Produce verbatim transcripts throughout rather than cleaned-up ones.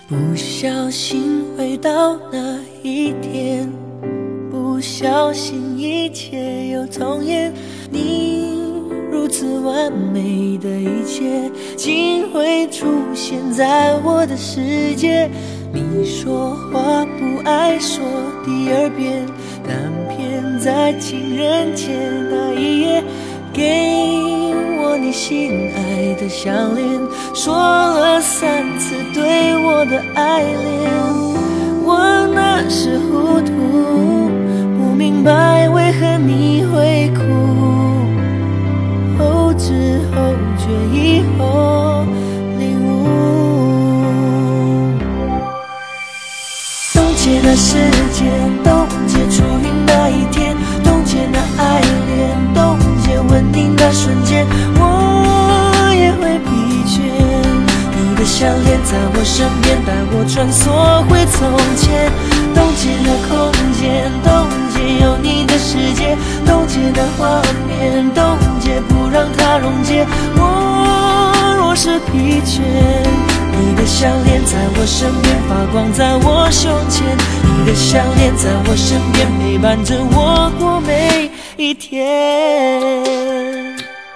不小心回到那一天，不小心一切又重演。你如此完美的一切，竟会出现在我的世界。你说话不爱说第二遍，但偏在情人节那一夜，给我你心爱的项链，说了三次对我的爱恋。我那时糊涂，不明白为何你会哭，后知后觉以后领悟。冻结那时间，冻结初遇那一天，冻结那爱恋，冻结吻你那瞬间，我也会疲倦。你的项链在我身边，带我穿梭回从前。冻结那空间，冻结有你的世界，冻结那画面，冻结不让它溶解。我若是疲倦，你的项链在我身边发光，在我胸前。你的项链在我身边陪伴着我过每一天。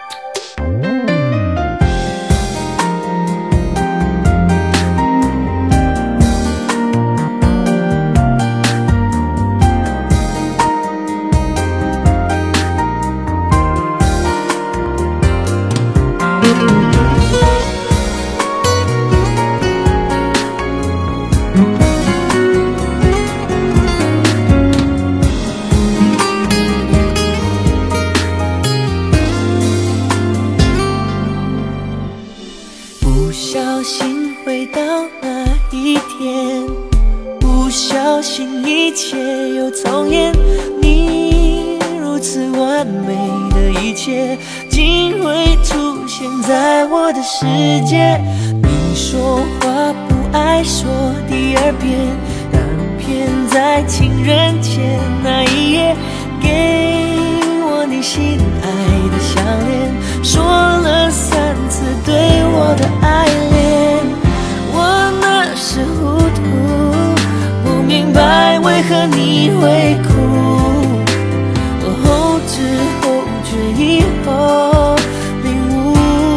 不小心回到那一天，不小心一切又重演。你如此完美的一切，竟会出现在我的世界。你说话不爱说第二遍，但偏在情人节那一夜，给我你心爱的项链，说了三次对我的爱恋。我那时糊涂，不明白为何你会哭，我后知后觉以后领悟。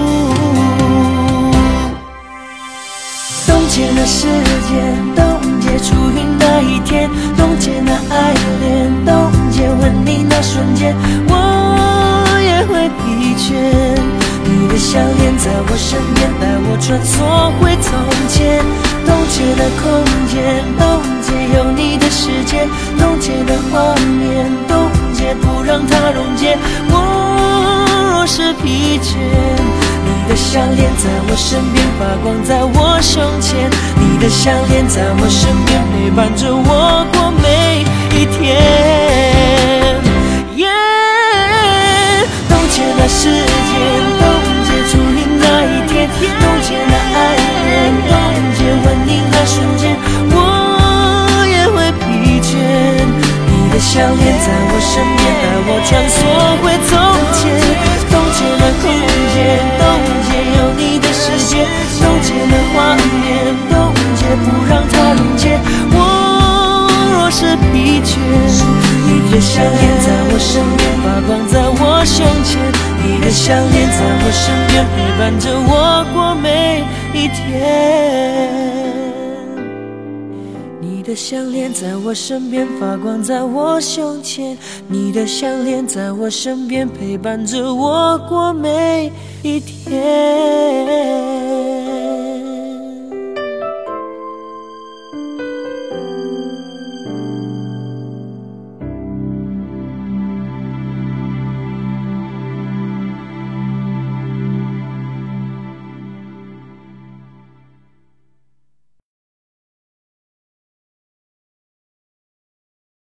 冻结那时间，冻结初遇那一天，冻结那爱恋，冻结吻你那瞬间，我也会疲倦。你的项链在我身边，带我穿梭回从前。冻结那空间，冻结有你的世界，冻结那画面，冻结不让它溶解。我若是疲倦，你的项链在我身边发光，在我胸前。你的项链在我身边陪伴着我过每一天。yeah, 冻结那时间，冻结初遇那一天，冻结那爱恋，冻结吻你那瞬间，我也会疲倦。你的项链在我身边，带我穿梭回从前。冻结那空间，冻结有你的世界，冻结那画面，冻结不让它溶解。我若是疲倦，你的项链在我身边发光，在我胸前。你的项链在我身边陪伴着我过每一天。你的项链在我身边发光，在我胸前。你的项链在我身边陪伴着我过每一天。